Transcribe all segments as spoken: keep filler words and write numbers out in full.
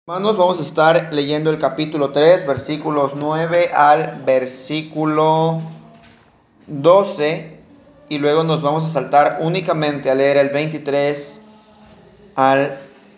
Hermanos, vamos a estar leyendo el capítulo tres, versículos nueve al versículo doce, y luego nos vamos a saltar únicamente a leer el veintitrés al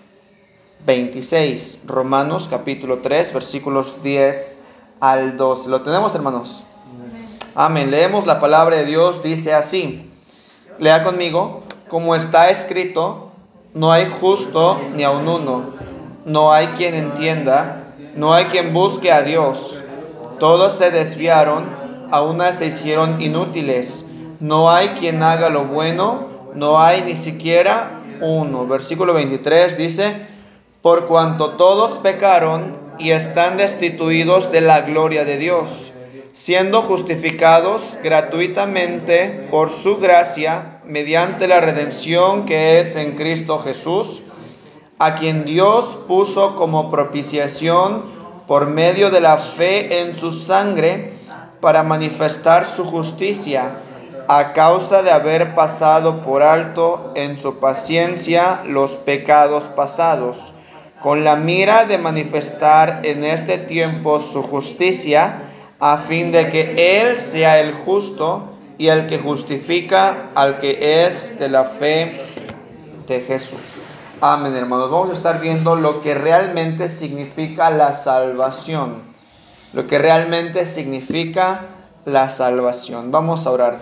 veintiséis. Romanos capítulo tres, versículos diez al doce. ¿Lo tenemos, hermanos? Amén. Leemos la palabra de Dios, dice así. Lea conmigo. Como está escrito, no hay justo ni aun uno. No hay quien entienda, no hay quien busque a Dios. Todos se desviaron, a una se hicieron inútiles. No hay quien haga lo bueno, no hay ni siquiera uno. Versículo veintitrés dice: por cuanto todos pecaron y están destituidos de la gloria de Dios, siendo justificados gratuitamente por su gracia, mediante la redención que es en Cristo Jesús, a quien Dios puso como propiciación por medio de la fe en su sangre, para manifestar su justicia, a causa de haber pasado por alto en su paciencia los pecados pasados, con la mira de manifestar en este tiempo su justicia, a fin de que Él sea el justo y el que justifica al que es de la fe de Jesús. Amén, hermanos. Vamos a estar viendo lo que realmente significa la salvación. Lo que realmente significa la salvación. Vamos a orar.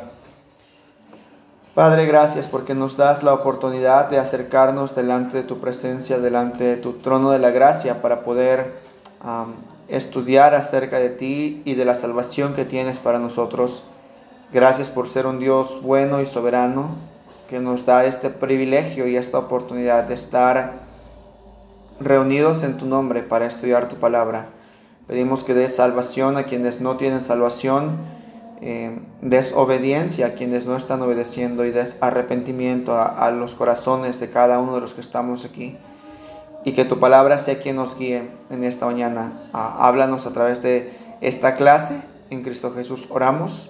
Padre, gracias porque nos das la oportunidad de acercarnos delante de tu presencia, delante de tu trono de la gracia, para poder um, estudiar acerca de ti y de la salvación que tienes para nosotros. Gracias por ser un Dios bueno y soberano, que nos da este privilegio y esta oportunidad de estar reunidos en tu nombre para estudiar tu palabra. Pedimos que des salvación a quienes no tienen salvación, eh, des obediencia a quienes no están obedeciendo, y des arrepentimiento a, a los corazones de cada uno de los que estamos aquí. Y que tu palabra sea quien nos guíe en esta mañana. Ah, háblanos a través de esta clase. En Cristo Jesús oramos.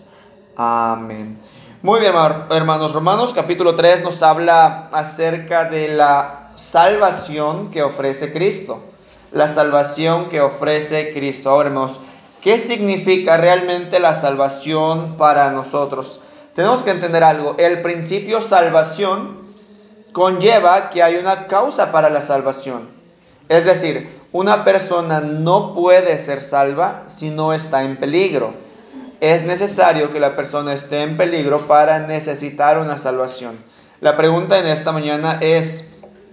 Amén. Muy bien, hermanos. Romanos capítulo tres nos habla acerca de la salvación que ofrece Cristo. La salvación que ofrece Cristo. Ahora, hermanos, ¿qué significa realmente la salvación para nosotros? Tenemos que entender algo. El principio salvación conlleva que hay una causa para la salvación. Es decir, una persona no puede ser salva si no está en peligro. Es necesario que la persona esté en peligro para necesitar una salvación. La pregunta en esta mañana es: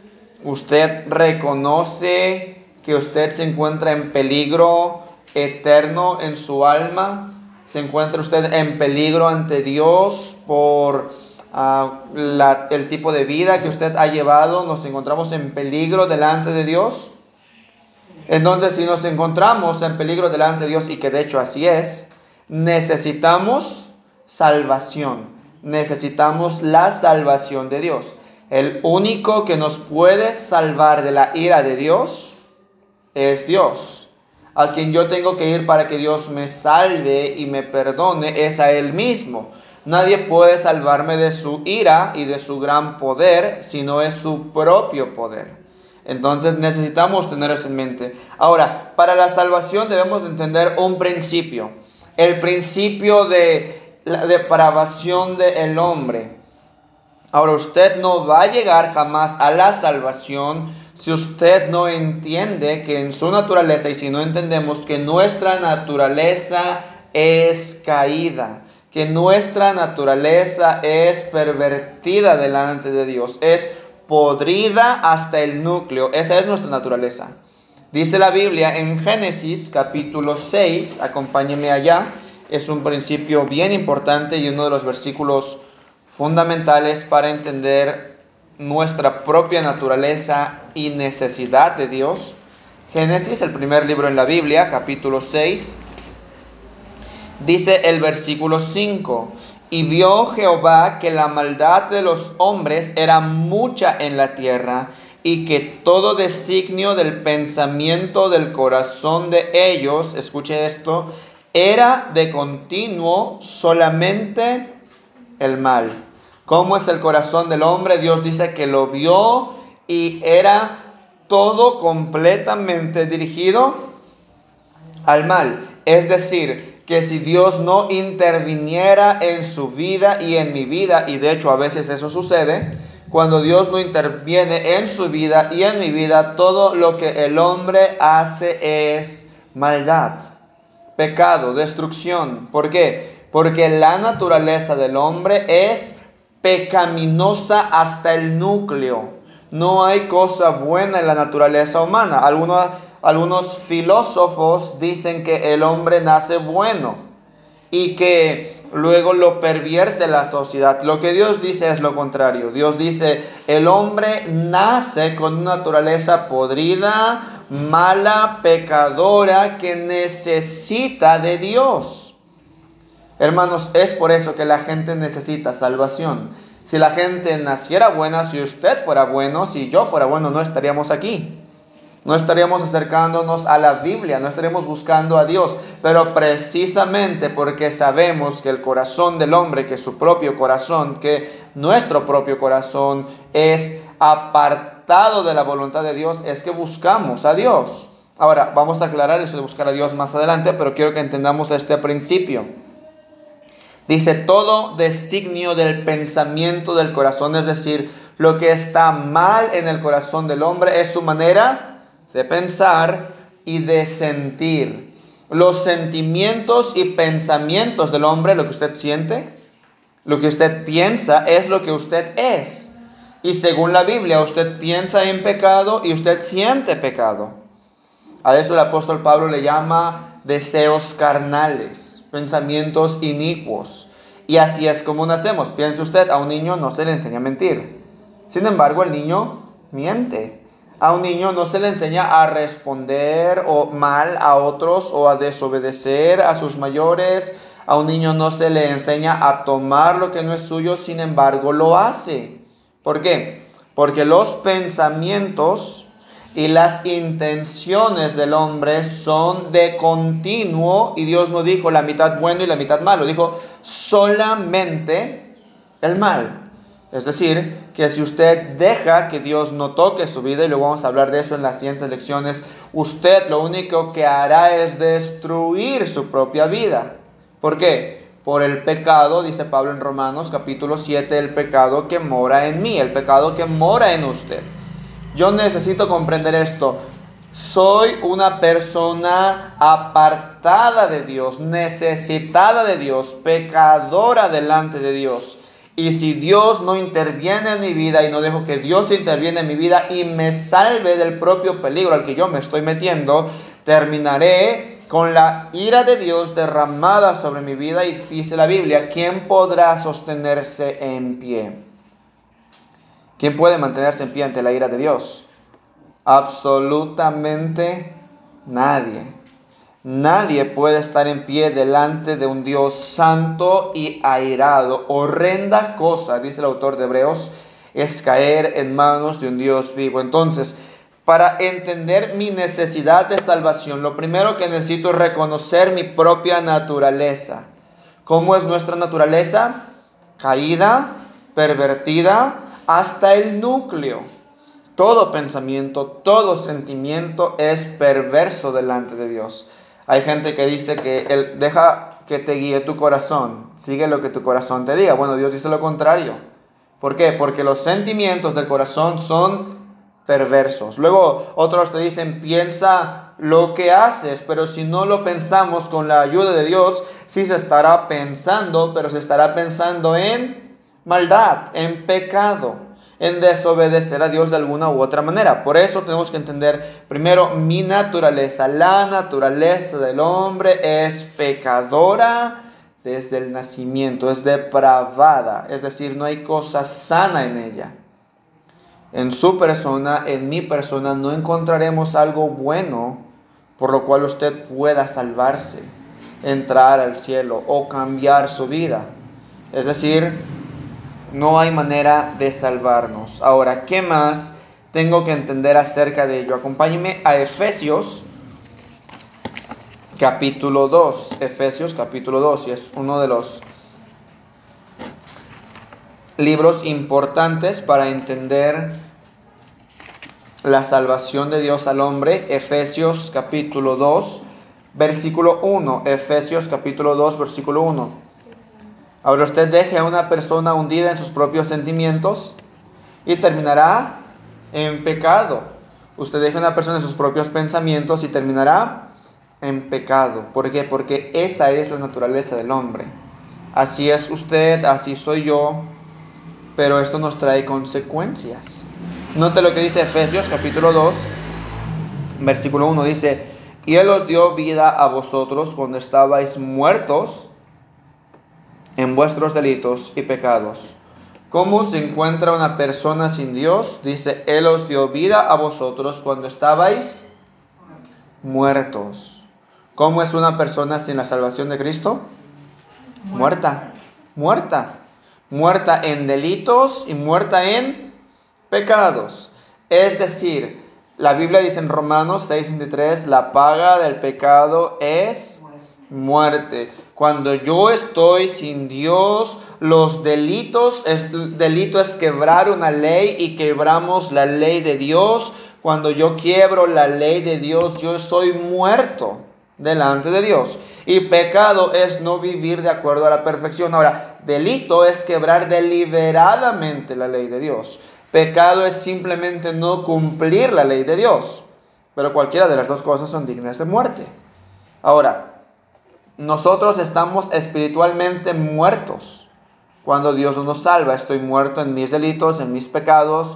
¿usted reconoce que usted se encuentra en peligro eterno en su alma? ¿Se encuentra usted en peligro ante Dios por uh, la, el tipo de vida que usted ha llevado? ¿Nos encontramos en peligro delante de Dios? Entonces, si nos encontramos en peligro delante de Dios, y que de hecho así es, necesitamos salvación, necesitamos la salvación de Dios. El único que nos puede salvar de la ira de Dios es Dios. A quien yo tengo que ir para que Dios me salve y me perdone es a Él mismo. Nadie puede salvarme de su ira y de su gran poder si no es su propio poder. Entonces necesitamos tener eso en mente. Ahora, para la salvación debemos entender un principio. El principio de la depravación del hombre. Ahora, usted no va a llegar jamás a la salvación si usted no entiende que en su naturaleza, y si no entendemos que nuestra naturaleza es caída, que nuestra naturaleza es pervertida delante de Dios, es podrida hasta el núcleo. Esa es nuestra naturaleza. Dice la Biblia en Génesis capítulo seis, acompáñenme allá, es un principio bien importante y uno de los versículos fundamentales para entender nuestra propia naturaleza y necesidad de Dios. Génesis, el primer libro en la Biblia, capítulo seis, dice el versículo cinco: y vio Jehová que la maldad de los hombres era mucha en la tierra, y que todo designio del pensamiento del corazón de ellos, escuche esto, era de continuo solamente el mal. ¿Cómo es el corazón del hombre? Dios dice que lo vio y era todo completamente dirigido al mal. Es decir, que si Dios no interviniera en su vida y en mi vida, y de hecho a veces eso sucede, cuando Dios no interviene en su vida y en mi vida, todo lo que el hombre hace es maldad, pecado, destrucción. ¿Por qué? Porque la naturaleza del hombre es pecaminosa hasta el núcleo. No hay cosa buena en la naturaleza humana. Algunos, algunos filósofos dicen que el hombre nace bueno y que luego lo pervierte la sociedad. Lo que Dios dice es lo contrario. Dios dice, el hombre nace con una naturaleza podrida, mala, pecadora, que necesita de Dios. Hermanos, es por eso que la gente necesita salvación. Si la gente naciera buena, si usted fuera bueno, si yo fuera bueno, no estaríamos aquí. No estaríamos acercándonos a la Biblia, no estaríamos buscando a Dios. Pero precisamente porque sabemos que el corazón del hombre, que su propio corazón, que nuestro propio corazón es apartado de la voluntad de Dios, es que buscamos a Dios. Ahora, vamos a aclarar eso de buscar a Dios más adelante, pero quiero que entendamos este principio. Dice, todo designio del pensamiento del corazón, es decir, lo que está mal en el corazón del hombre es su manera de pensar y de sentir. Los sentimientos y pensamientos del hombre, lo que usted siente, lo que usted piensa, es lo que usted es. Y según la Biblia, usted piensa en pecado y usted siente pecado. A eso el apóstol Pablo le llama deseos carnales, pensamientos inicuos. Y así es como nacemos. Piense usted, a un niño no se le enseña a mentir. Sin embargo, el niño miente. A un niño no se le enseña a responder o mal a otros o a desobedecer a sus mayores. A un niño no se le enseña a tomar lo que no es suyo, sin embargo lo hace. ¿Por qué? Porque los pensamientos y las intenciones del hombre son de continuo, y Dios no dijo la mitad bueno y la mitad malo, dijo solamente el mal. Es decir, que si usted deja que Dios no toque su vida, y luego vamos a hablar de eso en las siguientes lecciones, usted lo único que hará es destruir su propia vida. ¿Por qué? Por el pecado, dice Pablo en Romanos capítulo siete, el pecado que mora en mí, el pecado que mora en usted. Yo necesito comprender esto. Soy una persona apartada de Dios, necesitada de Dios, pecadora delante de Dios. Y si Dios no interviene en mi vida y no dejo que Dios interviene en mi vida y me salve del propio peligro al que yo me estoy metiendo, terminaré con la ira de Dios derramada sobre mi vida. Y dice la Biblia, ¿quién podrá sostenerse en pie? ¿Quién puede mantenerse en pie ante la ira de Dios? Absolutamente nadie. Nadie puede estar en pie delante de un Dios santo y airado. Horrenda cosa, dice el autor de Hebreos, es caer en manos de un Dios vivo. Entonces, para entender mi necesidad de salvación, lo primero que necesito es reconocer mi propia naturaleza. ¿Cómo es nuestra naturaleza? Caída, pervertida, hasta el núcleo. Todo pensamiento, todo sentimiento es perverso delante de Dios. Hay gente que dice que él deja que te guíe tu corazón, sigue lo que tu corazón te diga. Bueno, Dios dice lo contrario. ¿Por qué? Porque los sentimientos del corazón son perversos. Luego otros te dicen, piensa lo que haces, pero si no lo pensamos con la ayuda de Dios, sí se estará pensando, pero se estará pensando en maldad, en pecado, en desobedecer a Dios de alguna u otra manera. Por eso tenemos que entender primero mi naturaleza. La naturaleza del hombre es pecadora desde el nacimiento, es depravada, es decir, no hay cosa sana en ella. En su persona, en mi persona, no encontraremos algo bueno por lo cual usted pueda salvarse, entrar al cielo o cambiar su vida. Es decir, no hay manera de salvarnos. Ahora, ¿qué más tengo que entender acerca de ello? Acompáñenme a Efesios capítulo dos. Efesios capítulo dos, y es uno de los libros importantes para entender la salvación de Dios al hombre. Efesios capítulo dos, versículo uno. Efesios capítulo dos, versículo uno. Ahora usted deje a una persona hundida en sus propios sentimientos y terminará en pecado. Usted deja a una persona en sus propios pensamientos y terminará en pecado. ¿Por qué? Porque esa es la naturaleza del hombre. Así es usted, así soy yo, pero esto nos trae consecuencias. Note lo que dice Efesios capítulo dos, versículo uno. Dice: y Él os dio vida a vosotros cuando estabais muertos en vuestros delitos y pecados. ¿Cómo se encuentra una persona sin Dios? Dice: Él os dio vida a vosotros cuando estabais muertos. ¿Cómo es una persona sin la salvación de Cristo? Muerta, muerta, muerta en delitos y muerta en pecados. Es decir, la Biblia dice en Romanos seis veintitrés, la paga del pecado es muerte. Cuando yo estoy sin Dios, los delitos, el delito es quebrar una ley y quebramos la ley de Dios. Cuando yo quiebro la ley de Dios, yo soy muerto delante de Dios. Y pecado es no vivir de acuerdo a la perfección. Ahora, delito es quebrar deliberadamente la ley de Dios. Pecado es simplemente no cumplir la ley de Dios. Pero cualquiera de las dos cosas son dignas de muerte. Ahora, nosotros estamos espiritualmente muertos cuando Dios no nos salva. Estoy muerto en mis delitos, en mis pecados.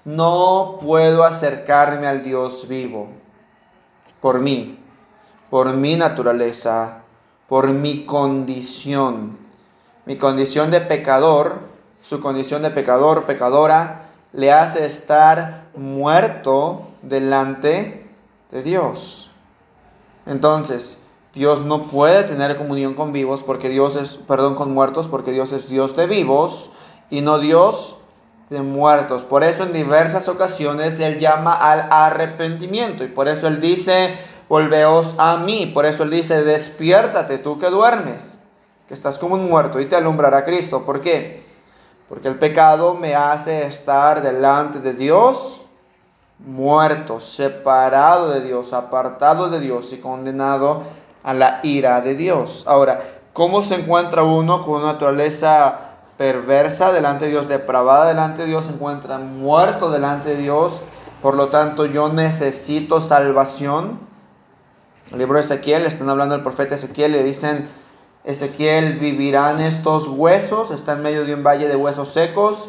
No puedo acercarme al Dios vivo por mí, por mi naturaleza, por mi condición. Mi condición de pecador, su condición de pecador, pecadora, le hace estar muerto delante de Dios. Entonces, Dios no puede tener comunión con vivos porque Dios es, perdón, con muertos, porque Dios es Dios de vivos y no Dios de muertos. Por eso en diversas ocasiones Él llama al arrepentimiento y por eso Él dice: volveos a mí. Por eso Él dice: despiértate tú que duermes, que estás como un muerto, y te alumbrará Cristo. ¿Por qué? Porque el pecado me hace estar delante de Dios muerto, separado de Dios, apartado de Dios y condenado a la ira de Dios. Ahora, ¿cómo se encuentra uno con una naturaleza perversa delante de Dios, depravada delante de Dios? Se encuentra muerto delante de Dios. Por lo tanto, yo necesito salvación. El libro de Ezequiel, están hablando del profeta Ezequiel, le dicen: Ezequiel, ¿vivirán estos huesos? Está en medio de un valle de huesos secos.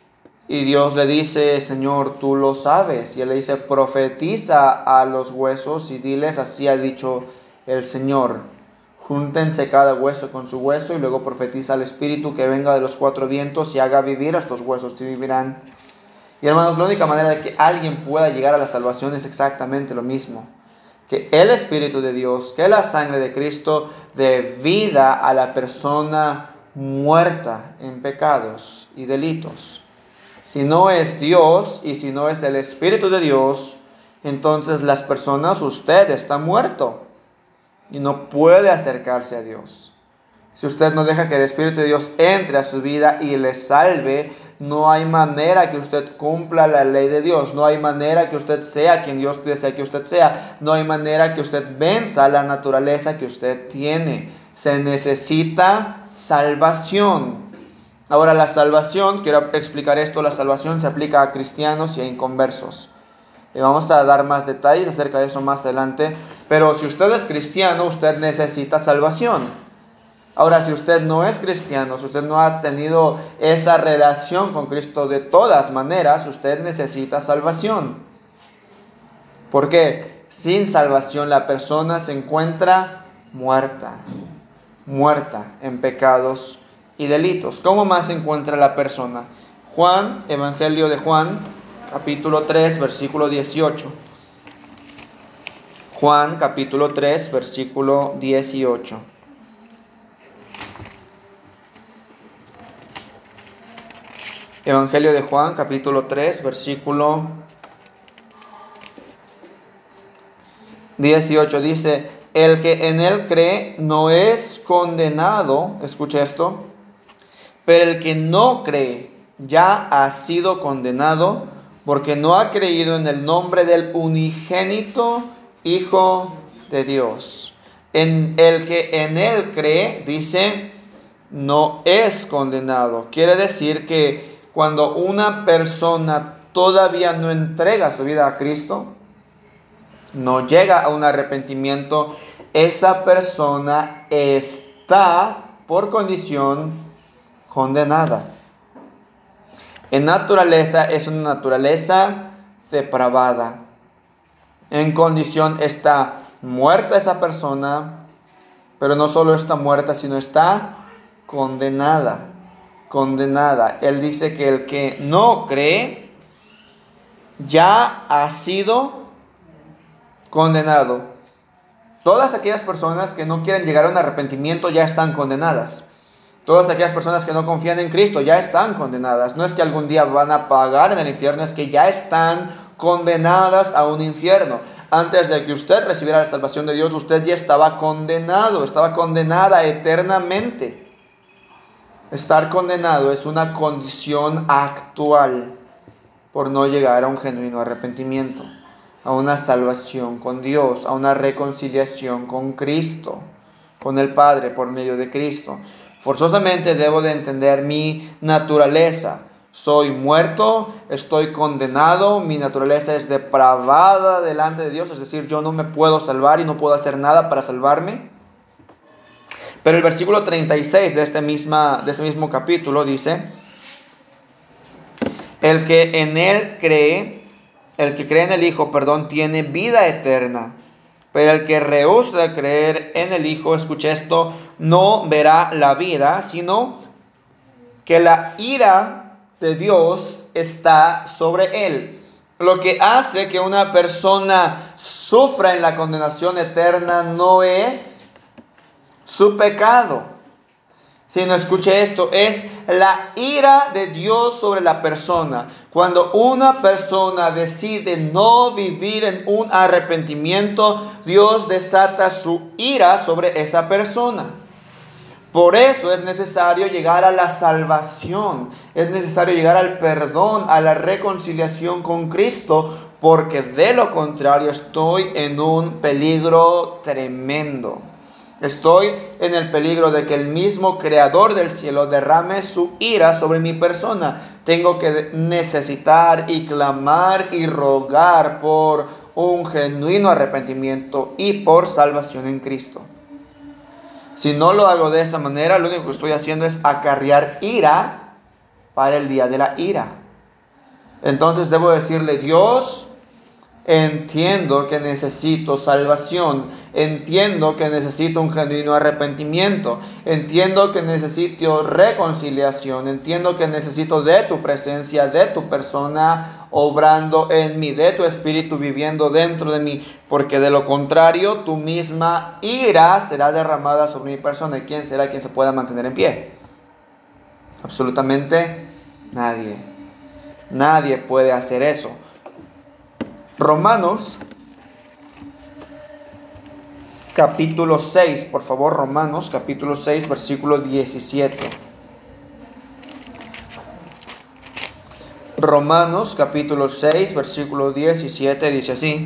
Y Dios le dice: Señor, tú lo sabes. Y él le dice: profetiza a los huesos y diles: así ha dicho el Señor. Júntense cada hueso con su hueso, y luego profetiza al Espíritu que venga de los cuatro vientos y haga vivir a estos huesos, y vivirán. Y hermanos, la única manera de que alguien pueda llegar a la salvación es exactamente lo mismo: que el Espíritu de Dios, que la sangre de Cristo dé vida a la persona muerta en pecados y delitos. Si no es Dios y si no es el Espíritu de Dios, entonces las personas, usted está muerto y no puede acercarse a Dios. Si usted no deja que el Espíritu de Dios entre a su vida y le salve, no hay manera que usted cumpla la ley de Dios. No hay manera que usted sea quien Dios desea que usted sea. No hay manera que usted venza la naturaleza que usted tiene. Se necesita salvación. Ahora, la salvación, quiero explicar esto, la salvación se aplica a cristianos y a inconversos. Y vamos a dar más detalles acerca de eso más adelante. Pero si usted es cristiano, usted necesita salvación. Ahora, si usted no es cristiano, si usted no ha tenido esa relación con Cristo de todas maneras, usted necesita salvación. ¿Por qué? Sin salvación la persona se encuentra muerta, muerta en pecados y delitos. ¿Cómo más se encuentra la persona? Juan, Evangelio de Juan, capítulo tres, versículo dieciocho. Juan, capítulo tres, versículo dieciocho. Evangelio de Juan, capítulo tres, versículo dieciocho. Dice: el que en él cree no es condenado, escuche esto, pero el que no cree ya ha sido condenado porque no ha creído en el nombre del unigénito Hijo de Dios. En el que en él cree, dice, no es condenado. Quiere decir que cuando una persona todavía no entrega su vida a Cristo, no llega a un arrepentimiento, esa persona está por condición condenada. En naturaleza es una naturaleza depravada. En condición está muerta esa persona, pero no solo está muerta, sino está condenada. Condenada. Él dice que el que no cree ya ha sido condenado. Todas aquellas personas que no quieren llegar a un arrepentimiento ya están condenadas. Todas aquellas personas que no confían en Cristo ya están condenadas. No es que algún día van a pagar en el infierno, es que ya están condenadas a un infierno. Antes de que usted recibiera la salvación de Dios, usted ya estaba condenado, estaba condenada eternamente. Estar condenado es una condición actual por no llegar a un genuino arrepentimiento, a una salvación con Dios, a una reconciliación con Cristo, con el Padre por medio de Cristo. Forzosamente debo de entender mi naturaleza. Soy muerto, estoy condenado, mi naturaleza es depravada delante de Dios, es decir, yo no me puedo salvar y no puedo hacer nada para salvarme. Pero el versículo treinta y seis de este, misma, de este mismo capítulo dice, el que en él cree, el que cree en el Hijo, perdón, tiene vida eterna. Pero el que rehúsa creer en el Hijo, escucha esto, no verá la vida, sino que la ira de Dios está sobre él. Lo que hace que una persona sufra en la condenación eterna no es su pecado, sino, escuche esto, es la ira de Dios sobre la persona. Cuando una persona decide no vivir en un arrepentimiento, Dios desata su ira sobre esa persona. Por eso es necesario llegar a la salvación, es necesario llegar al perdón, a la reconciliación con Cristo, porque de lo contrario estoy en un peligro tremendo. Estoy en el peligro de que el mismo Creador del cielo derrame su ira sobre mi persona. Tengo que necesitar y clamar y rogar por un genuino arrepentimiento y por salvación en Cristo. Si no lo hago de esa manera, lo único que estoy haciendo es acarrear ira para el día de la ira. Entonces debo decirle, Dios, entiendo que necesito salvación, entiendo que necesito un genuino arrepentimiento, entiendo que necesito reconciliación, entiendo que necesito de tu presencia, de tu persona obrando en mí, de tu espíritu viviendo dentro de mí, porque de lo contrario tu misma ira será derramada sobre mi persona. ¿Y quién será quien se pueda mantener en pie? Absolutamente nadie. Nadie puede hacer eso. Romanos, capítulo seis, por favor, Romanos, capítulo seis, versículo diecisiete. Romanos, capítulo seis, versículo diecisiete, dice así: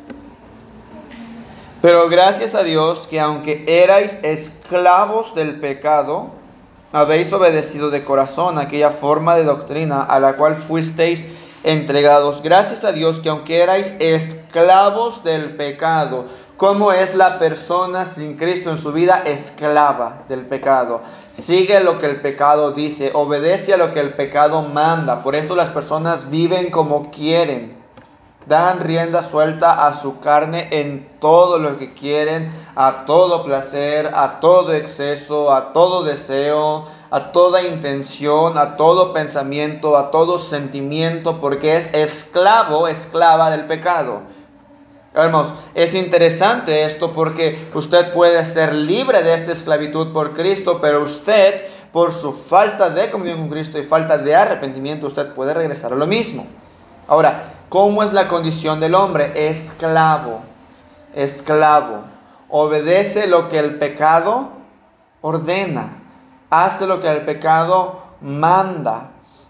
pero gracias a Dios que aunque erais esclavos del pecado, habéis obedecido de corazón aquella forma de doctrina a la cual fuisteis entregados. Gracias a Dios que aunque erais esclavos del pecado, ¿cómo es la persona sin Cristo en su vida? Esclava del pecado. Sigue lo que el pecado dice, obedece a lo que el pecado manda. Por eso las personas viven como quieren. Dan rienda suelta a su carne en todo lo que quieren, a todo placer, a todo exceso, a todo deseo, a toda intención, a todo pensamiento, a todo sentimiento, porque es esclavo, esclava del pecado. Hermanos, es interesante esto porque usted puede ser libre de esta esclavitud por Cristo, pero usted, por su falta de comunión con Cristo y falta de arrepentimiento, usted puede regresar a lo mismo. Ahora, ¿cómo es la condición del hombre? Esclavo, esclavo. Obedece lo que el pecado ordena. Hace lo que el pecado manda.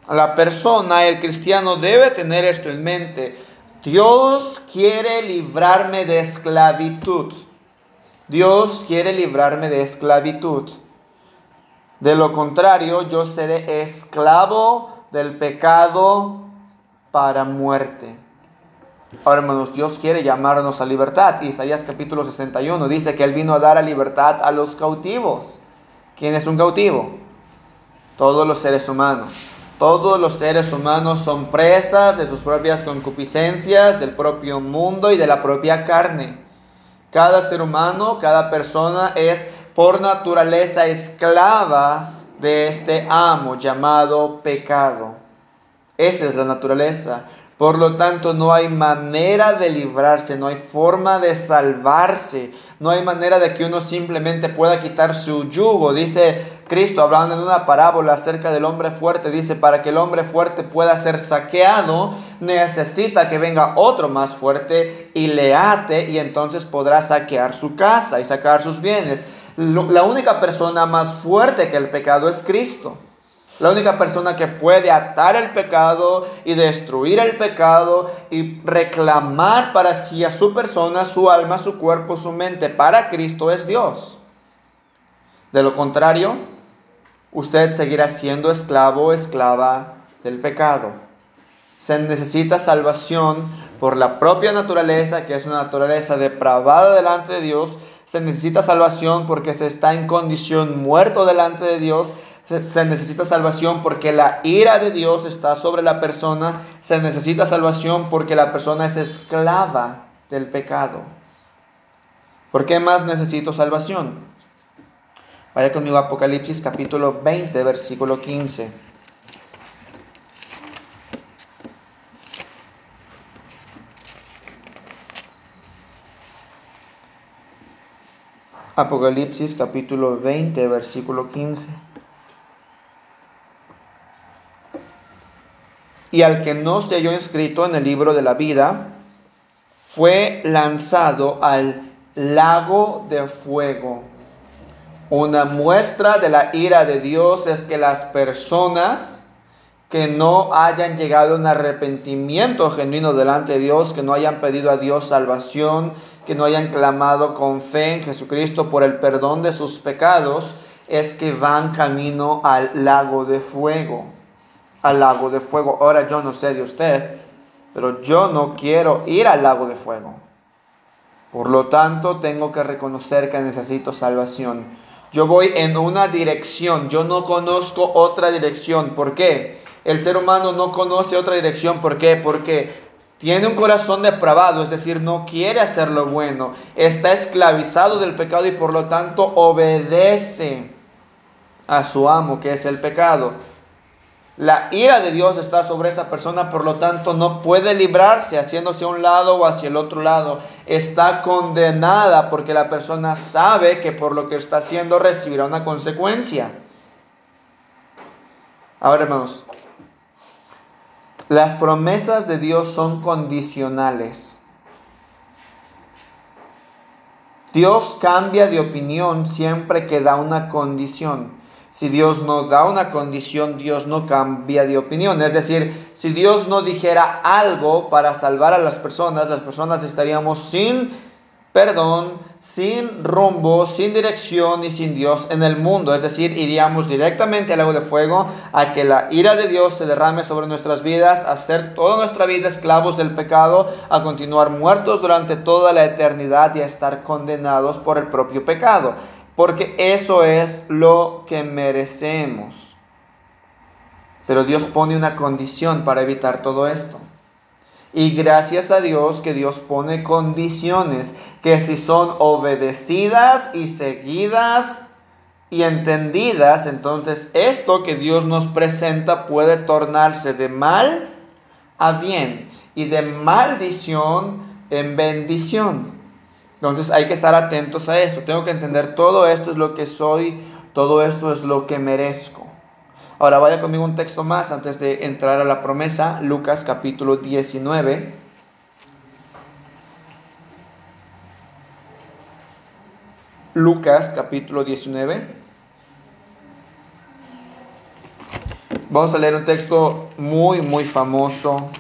La persona, el cristiano, debe tener esto en mente. Dios quiere librarme de esclavitud. Dios quiere librarme de esclavitud. De lo contrario, yo seré esclavo del pecado para muerte. Ahora, hermanos, Dios quiere llamarnos a libertad. Isaías capítulo sesenta y uno dice que Él vino a dar a libertad a los cautivos. ¿Quién es un cautivo? Todos los seres humanos. Todos los seres humanos son presas de sus propias concupiscencias, del propio mundo y de la propia carne. Cada ser humano, cada persona es por naturaleza esclava de este amo llamado pecado. Esa es la naturaleza. Por lo tanto, no hay manera de librarse, no hay forma de salvarse, no hay manera de que uno simplemente pueda quitar su yugo. Dice Cristo, hablando en una parábola acerca del hombre fuerte, dice, para que el hombre fuerte pueda ser saqueado, necesita que venga otro más fuerte y le ate, y entonces podrá saquear su casa y sacar sus bienes. La única persona más fuerte que el pecado es Cristo. La única persona que puede atar el pecado y destruir el pecado y reclamar para sí a su persona, su alma, su cuerpo, su mente, para Cristo es Dios. De lo contrario, usted seguirá siendo esclavo o esclava del pecado. Se necesita salvación por la propia naturaleza, que es una naturaleza depravada delante de Dios. Se necesita salvación porque se está en condición muerto delante de Dios. Se necesita salvación porque la ira de Dios está sobre la persona. Se necesita salvación porque la persona es esclava del pecado. ¿Por qué más necesito salvación? Vaya conmigo a Apocalipsis capítulo veinte, versículo quince. Apocalipsis capítulo veinte, versículo quince. Y al que no se halló inscrito en el libro de la vida, fue lanzado al lago de fuego. Una muestra de la ira de Dios es que las personas que no hayan llegado a un arrepentimiento genuino delante de Dios, que no hayan pedido a Dios salvación, que no hayan clamado con fe en Jesucristo por el perdón de sus pecados, es que van camino al lago de fuego. Al lago de fuego. Ahora, yo no sé de usted, pero yo no quiero ir al lago de fuego. Por lo tanto, tengo que reconocer que necesito salvación. Yo voy en una dirección, yo no conozco otra dirección. ¿Por qué? El ser humano no conoce otra dirección. ¿Por qué? Porque tiene un corazón depravado, es decir, no quiere hacer lo bueno. Está esclavizado del pecado y por lo tanto obedece a su amo, que es el pecado. La ira de Dios está sobre esa persona, por lo tanto no puede librarse haciéndose a un lado o hacia el otro lado. Está condenada porque la persona sabe que por lo que está haciendo recibirá una consecuencia. Ahora, hermanos, las promesas de Dios son condicionales. Dios cambia de opinión siempre que da una condición. Si Dios no da una condición, Dios no cambia de opinión. Es decir, si Dios no dijera algo para salvar a las personas, las personas estaríamos sin perdón, sin rumbo, sin dirección y sin Dios en el mundo. Es decir, iríamos directamente al lago de fuego, a que la ira de Dios se derrame sobre nuestras vidas, a ser toda nuestra vida esclavos del pecado, a continuar muertos durante toda la eternidad y a estar condenados por el propio pecado. Porque eso es lo que merecemos. Pero Dios pone una condición para evitar todo esto. Y gracias a Dios que Dios pone condiciones que si son obedecidas y seguidas y entendidas, entonces esto que Dios nos presenta puede tornarse de mal a bien y de maldición en bendición. Entonces hay que estar atentos a eso. Tengo que entender todo esto es lo que soy, todo esto es lo que merezco. Ahora vaya conmigo un texto más antes de entrar a la promesa. Lucas capítulo diecinueve. Lucas capítulo diecinueve. Vamos a leer un texto muy, muy famoso.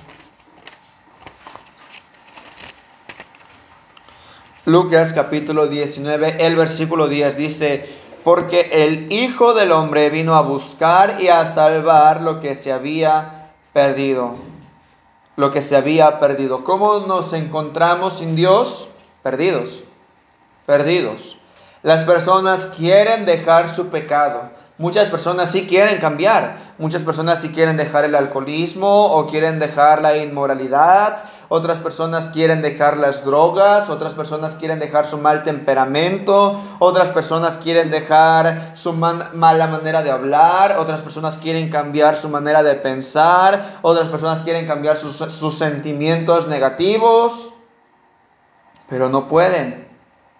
Lucas capítulo diecinueve, el versículo diez dice: porque el Hijo del Hombre vino a buscar y a salvar lo que se había perdido. Lo que se había perdido. ¿Cómo nos encontramos sin Dios? Perdidos. Perdidos. Las personas quieren dejar su pecado. Muchas personas sí quieren cambiar. Muchas personas sí quieren dejar el alcoholismo o quieren dejar la inmoralidad. Otras personas quieren dejar las drogas. Otras personas quieren dejar su mal temperamento. Otras personas quieren dejar su man- mala manera de hablar. Otras personas quieren cambiar su manera de pensar. Otras personas quieren cambiar sus, sus sentimientos negativos. Pero no pueden.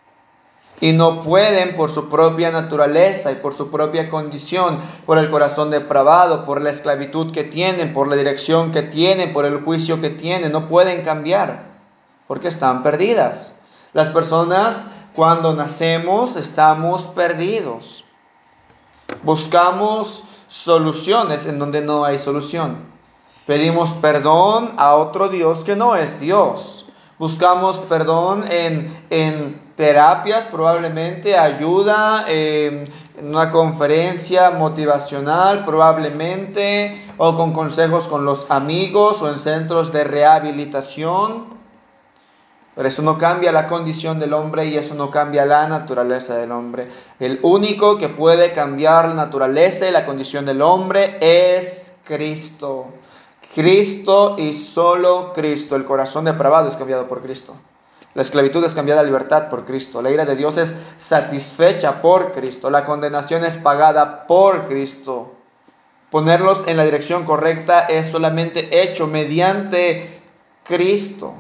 Y no pueden por su propia naturaleza y por su propia condición, por el corazón depravado, por la esclavitud que tienen, por la dirección que tienen, por el juicio que tienen. No pueden cambiar porque están perdidas. Las personas cuando nacemos estamos perdidos. Buscamos soluciones en donde no hay solución. Pedimos perdón a otro Dios que no es Dios. Buscamos perdón en, en terapias, probablemente ayuda, eh, en una conferencia motivacional, probablemente, o con consejos con los amigos o en centros de rehabilitación. Pero eso no cambia la condición del hombre y eso no cambia la naturaleza del hombre. El único que puede cambiar la naturaleza y la condición del hombre es Cristo. Cristo y solo Cristo. El corazón depravado es cambiado por Cristo. La esclavitud es cambiada a libertad por Cristo. La ira de Dios es satisfecha por Cristo. La condenación es pagada por Cristo. Ponerlos en la dirección correcta es solamente hecho mediante Cristo.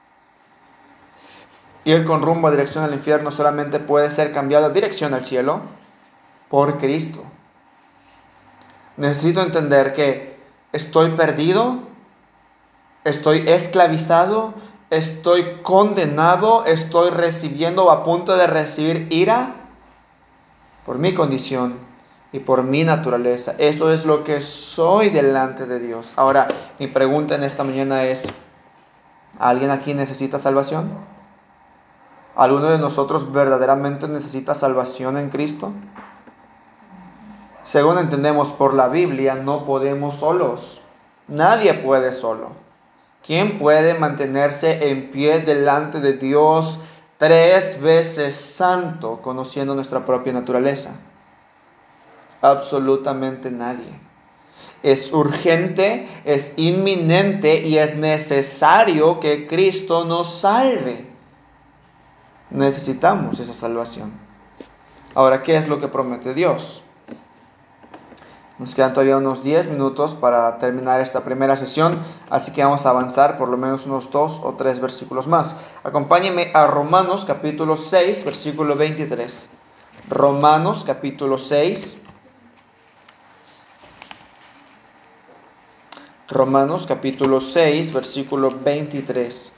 Y el con rumbo a dirección al infierno solamente puede ser cambiado a dirección al cielo por Cristo. Necesito entender que estoy perdido, estoy esclavizado, estoy condenado, estoy recibiendo o a punto de recibir ira por mi condición y por mi naturaleza. Eso es lo que soy delante de Dios. Ahora, mi pregunta en esta mañana es, ¿alguien aquí necesita salvación? ¿Alguno de nosotros verdaderamente necesita salvación en Cristo? Según entendemos por la Biblia, no podemos solos. Nadie puede solo. ¿Quién puede mantenerse en pie delante de Dios tres veces santo, conociendo nuestra propia naturaleza? Absolutamente nadie. Es urgente, es inminente y es necesario que Cristo nos salve. Necesitamos esa salvación. Ahora, ¿qué es lo que promete Dios? Nos quedan todavía unos diez minutos para terminar esta primera sesión, así que vamos a avanzar por lo menos unos dos o tres versículos más. Acompáñenme a Romanos capítulo seis, versículo veintitrés. Romanos capítulo seis. Romanos capítulo seis, versículo veintitrés.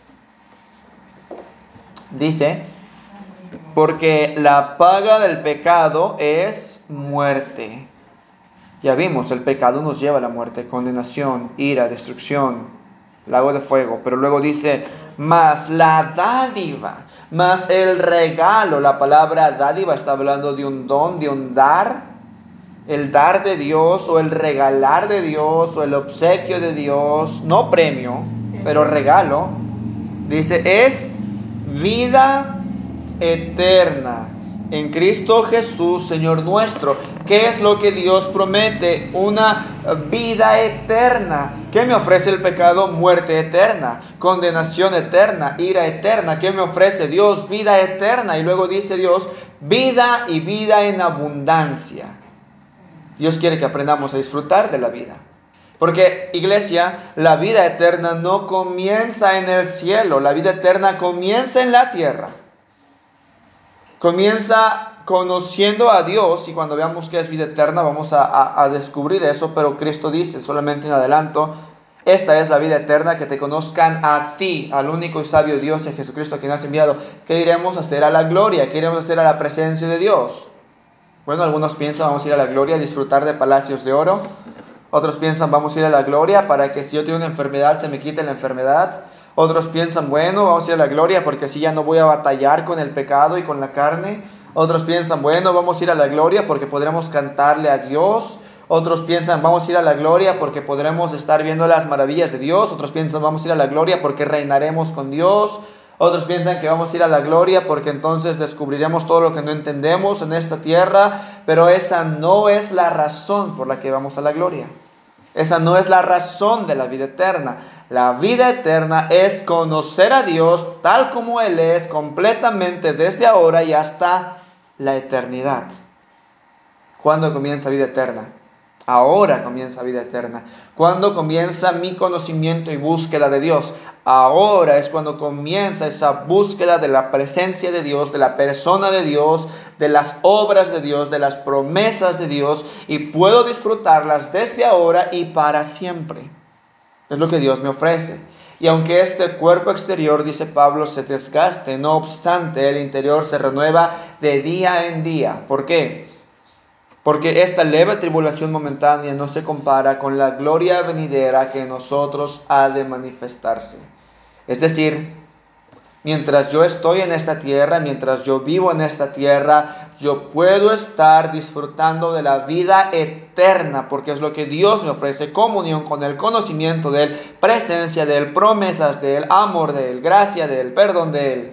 Dice: porque la paga del pecado es muerte. Ya vimos, el pecado nos lleva a la muerte, condenación, ira, destrucción, lago de fuego. Pero luego dice, más la dádiva, más el regalo. La palabra dádiva está hablando de un don, de un dar. El dar de Dios o el regalar de Dios o el obsequio de Dios. No premio, pero regalo. Dice, es vida eterna en Cristo Jesús, Señor nuestro. ¿Qué es lo que Dios promete? Una vida eterna. ¿Qué me ofrece el pecado? Muerte eterna, condenación eterna, ira eterna. ¿Qué me ofrece Dios? Vida eterna. Y luego dice Dios, vida y vida en abundancia. Dios quiere que aprendamos a disfrutar de la vida. Porque, iglesia, la vida eterna no comienza en el cielo. La vida eterna comienza en la tierra. Comienza conociendo a Dios, y cuando veamos qué es vida eterna vamos a, a, a descubrir eso, pero Cristo dice, solamente un adelanto, esta es la vida eterna, que te conozcan a ti, al único y sabio Dios y a Jesucristo a quien has enviado. ¿Qué iremos a hacer a la gloria? ¿Qué iremos a hacer a la presencia de Dios? Bueno, algunos piensan, vamos a ir a la gloria a disfrutar de palacios de oro. Otros piensan, vamos a ir a la gloria para que si yo tengo una enfermedad se me quite la enfermedad. Otros piensan, bueno, vamos a ir a la gloria porque así ya no voy a batallar con el pecado y con la carne. Otros piensan, bueno, vamos a ir a la gloria porque podremos cantarle a Dios. Otros piensan, vamos a ir a la gloria porque podremos estar viendo las maravillas de Dios. Otros piensan, vamos a ir a la gloria porque reinaremos con Dios. Otros piensan que vamos a ir a la gloria porque entonces descubriremos todo lo que no entendemos en esta tierra. Pero esa no es la razón por la que vamos a la gloria. Esa no es la razón de la vida eterna. La vida eterna es conocer a Dios tal como Él es, completamente desde ahora y hasta la eternidad. ¿Cuándo comienza vida eterna? Ahora comienza vida eterna. ¿Cuándo comienza mi conocimiento y búsqueda de Dios? Ahora es cuando comienza esa búsqueda de la presencia de Dios, de la persona de Dios, de las obras de Dios, de las promesas de Dios, y puedo disfrutarlas desde ahora y para siempre. Es lo que Dios me ofrece. Y aunque este cuerpo exterior, dice Pablo, se desgaste, no obstante, el interior se renueva de día en día. ¿Por qué? Porque esta leve tribulación momentánea no se compara con la gloria venidera que en nosotros ha de manifestarse. Es decir, mientras yo estoy en esta tierra, mientras yo vivo en esta tierra, yo puedo estar disfrutando de la vida eterna, porque es lo que Dios me ofrece: comunión con Él, conocimiento de Él, presencia de Él, promesas de Él, amor de Él, gracia de Él, perdón de Él.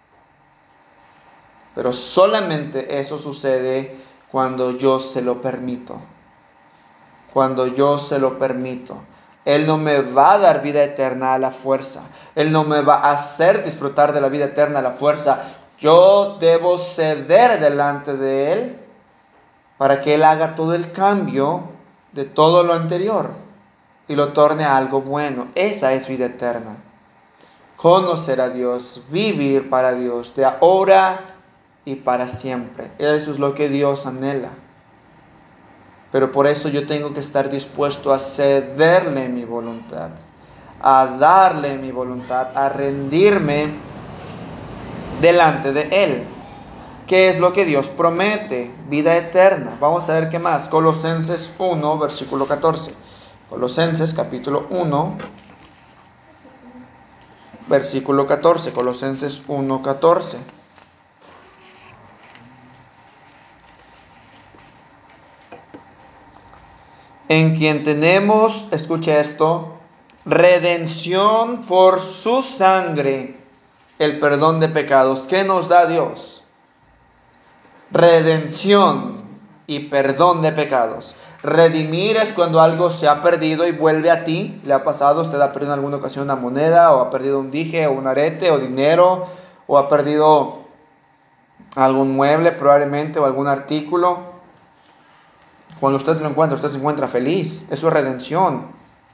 Pero solamente eso sucede cuando yo se lo permito. Cuando yo se lo permito. Él no me va a dar vida eterna a la fuerza. Él no me va a hacer disfrutar de la vida eterna a la fuerza. Yo debo ceder delante de Él para que Él haga todo el cambio de todo lo anterior y lo torne a algo bueno. Esa es vida eterna. Conocer a Dios, vivir para Dios, de ahora y para siempre. Eso es lo que Dios anhela. Pero por eso yo tengo que estar dispuesto a cederle mi voluntad, a darle mi voluntad, a rendirme delante de Él. ¿Qué es lo que Dios promete? Vida eterna. Vamos a ver qué más. Colosenses uno, versículo catorce. Colosenses capítulo uno, versículo catorce. Colosenses uno, catorce. En quien tenemos, escuche esto, redención por su sangre, el perdón de pecados. ¿Qué nos da Dios? Redención y perdón de pecados. Redimir es cuando algo se ha perdido y vuelve a ti. ¿Le ha pasado? Usted ha perdido en alguna ocasión una moneda, o ha perdido un dije, o un arete, o dinero, o ha perdido algún mueble probablemente, o algún artículo. Cuando usted lo encuentra, usted se encuentra feliz. Eso es redención.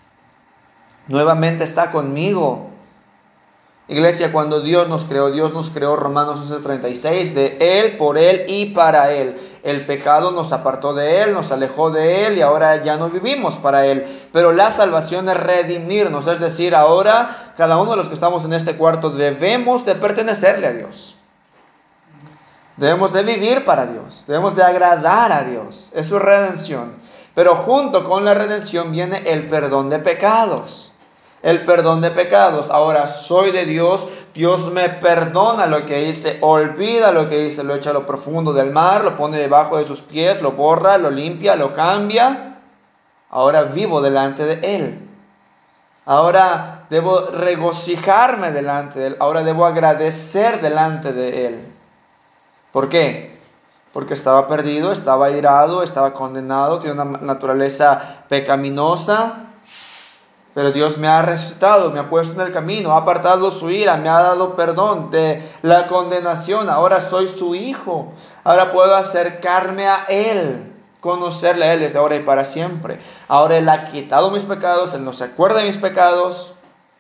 Nuevamente está conmigo. Iglesia, cuando Dios nos creó, Dios nos creó, Romanos once treinta y seis, de Él, por Él y para Él. El pecado nos apartó de Él, nos alejó de Él y ahora ya no vivimos para Él. Pero la salvación es redimirnos, es decir, ahora cada uno de los que estamos en este cuarto debemos de pertenecerle a Dios. Debemos de vivir para Dios, debemos de agradar a Dios. Eso es redención. Pero junto con la redención viene el perdón de pecados. El perdón de pecados. Ahora soy de Dios, Dios me perdona lo que hice, olvida lo que hice, lo echa a lo profundo del mar, lo pone debajo de sus pies, lo borra, lo limpia, lo cambia. Ahora vivo delante de Él. Ahora debo regocijarme delante de Él. Ahora debo agradecer delante de Él. ¿Por qué? Porque estaba perdido, estaba irado, estaba condenado, tiene una naturaleza pecaminosa. Pero Dios me ha resucitado, me ha puesto en el camino, ha apartado su ira, me ha dado perdón de la condenación. Ahora soy su hijo. Ahora puedo acercarme a Él, conocerle a Él desde ahora y para siempre. Ahora Él ha quitado mis pecados, Él no se acuerda de mis pecados.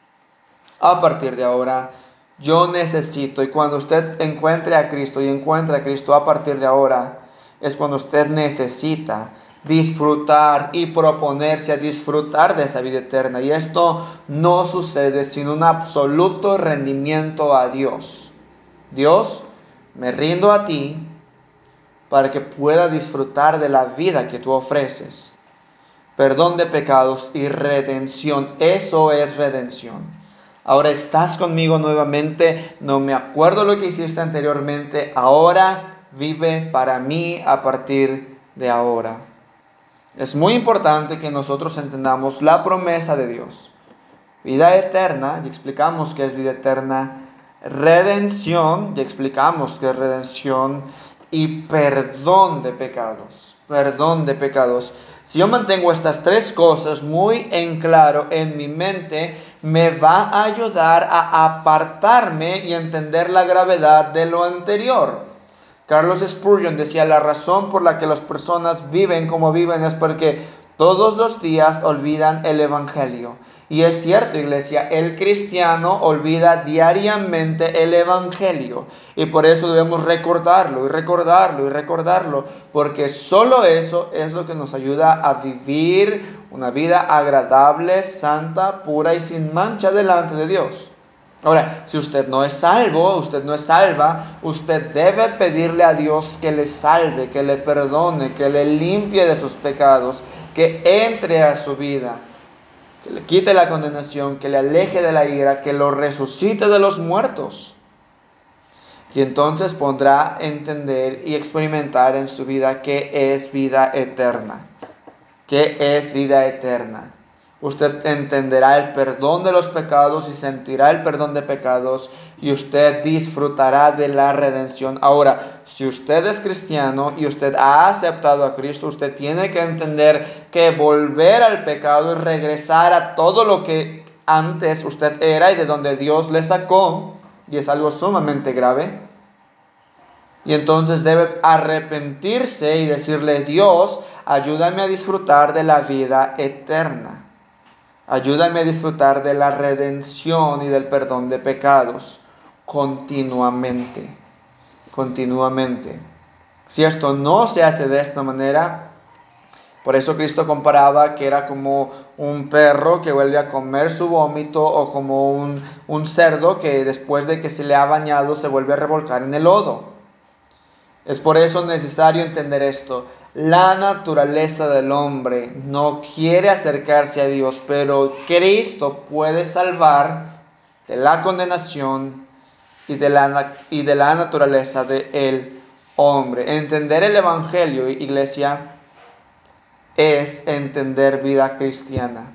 A partir de ahora, yo necesito, y cuando usted encuentre a Cristo y encuentre a Cristo a partir de ahora, es cuando usted necesita disfrutar y proponerse a disfrutar de esa vida eterna. Y esto no sucede sin un absoluto rendimiento a Dios. Dios, me rindo a ti para que pueda disfrutar de la vida que tú ofreces. perdón de pecados y redención. Eso es redención. Ahora estás conmigo nuevamente, no me acuerdo lo que hiciste anteriormente, ahora vive para mí a partir de ahora. Es muy importante que nosotros entendamos la promesa de Dios. Vida eterna, y explicamos qué es vida eterna. Redención, y explicamos qué es redención. Y perdón de pecados. Perdón de pecados. Si yo mantengo estas tres cosas muy en claro en mi mente, me va a ayudar a apartarme y entender la gravedad de lo anterior. Carlos Spurgeon decía: la razón por la que las personas viven como viven es porque todos los días olvidan el Evangelio. Y es cierto, iglesia, el cristiano olvida diariamente el Evangelio. Y por eso debemos recordarlo y recordarlo y recordarlo. Porque solo eso es lo que nos ayuda a vivir una vida agradable, santa, pura y sin mancha delante de Dios. Ahora, si usted no es salvo, usted no es salva, usted debe pedirle a Dios que le salve, que le perdone, que le limpie de sus pecados, que entre a su vida, que le quite la condenación, que le aleje de la ira, que lo resucite de los muertos. Y entonces podrá entender y experimentar en su vida qué es vida eterna. ¿Qué es vida eterna? Usted entenderá el perdón de los pecados y sentirá el perdón de pecados y usted disfrutará de la redención. Ahora, si usted es cristiano y usted ha aceptado a Cristo, usted tiene que entender que volver al pecado es regresar a todo lo que antes usted era y de donde Dios le sacó, y es algo sumamente grave. Y entonces debe arrepentirse y decirle: Dios, ayúdame a disfrutar de la vida eterna. Ayúdame a disfrutar de la redención y del perdón de pecados continuamente, continuamente. Si esto no se hace de esta manera, por eso Cristo comparaba que era como un perro que vuelve a comer su vómito, o como un, un cerdo que después de que se le ha bañado se vuelve a revolcar en el lodo. Es por eso necesario entender esto. La naturaleza del hombre no quiere acercarse a Dios, pero Cristo puede salvar de la condenación y de la, y de la naturaleza del hombre. Entender el Evangelio, iglesia, es entender vida cristiana.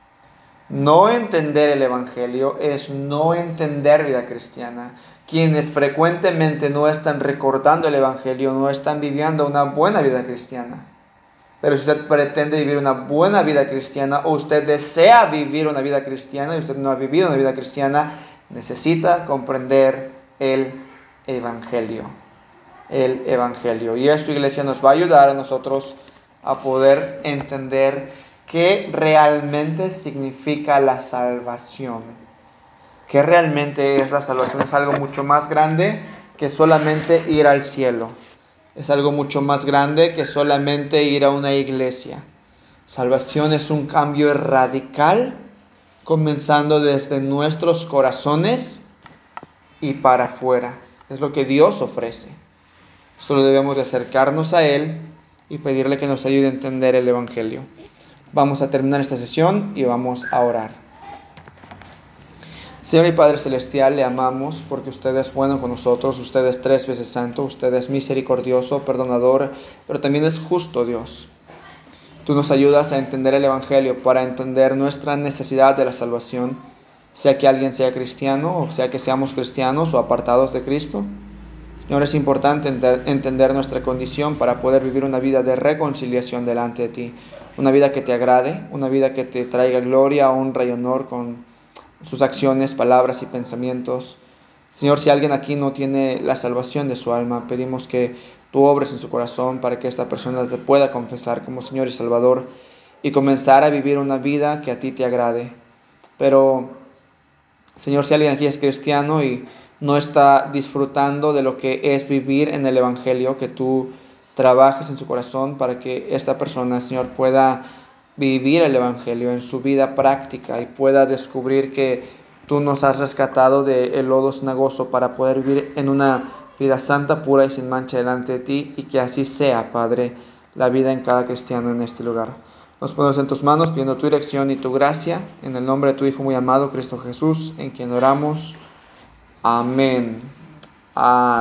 No entender el Evangelio es no entender vida cristiana. Quienes frecuentemente no están recordando el Evangelio no están viviendo una buena vida cristiana. Pero si usted pretende vivir una buena vida cristiana, o usted desea vivir una vida cristiana y usted no ha vivido una vida cristiana, necesita comprender el Evangelio. El Evangelio. Y eso, iglesia, nos va a ayudar a nosotros a poder entender qué realmente significa la salvación. ¿Qué realmente es la salvación? Es algo mucho más grande que solamente ir al cielo. Es algo mucho más grande que solamente ir a una iglesia. Salvación es un cambio radical, comenzando desde nuestros corazones y para afuera. Es lo que Dios ofrece. Solo debemos de acercarnos a Él y pedirle que nos ayude a entender el Evangelio. Vamos a terminar esta sesión y vamos a orar. Señor y Padre Celestial, le amamos porque usted es bueno con nosotros, usted es tres veces santo, usted es misericordioso, perdonador, pero también es justo, Dios. Tú nos ayudas a entender el Evangelio para entender nuestra necesidad de la salvación, sea que alguien sea cristiano, o sea que seamos cristianos o apartados de Cristo. Señor, es importante entender nuestra condición para poder vivir una vida de reconciliación delante de ti, una vida que te agrade, una vida que te traiga gloria, honra y honor con sus acciones, palabras y pensamientos. Señor, si alguien aquí no tiene la salvación de su alma, pedimos que tú obres en su corazón para que esta persona te pueda confesar como Señor y Salvador y comenzar a vivir una vida que a ti te agrade. Pero, Señor, si alguien aquí es cristiano y no está disfrutando de lo que es vivir en el Evangelio, que tú trabajes en su corazón para que esta persona, Señor, pueda vivir el Evangelio en su vida práctica y pueda descubrir que tú nos has rescatado del lodo cenagoso para poder vivir en una vida santa, pura y sin mancha delante de ti, y que así sea, Padre, la vida en cada cristiano en este lugar. Nos ponemos en tus manos pidiendo tu dirección y tu gracia. En el nombre de tu Hijo muy amado, Cristo Jesús, en quien oramos. Amén. Amén.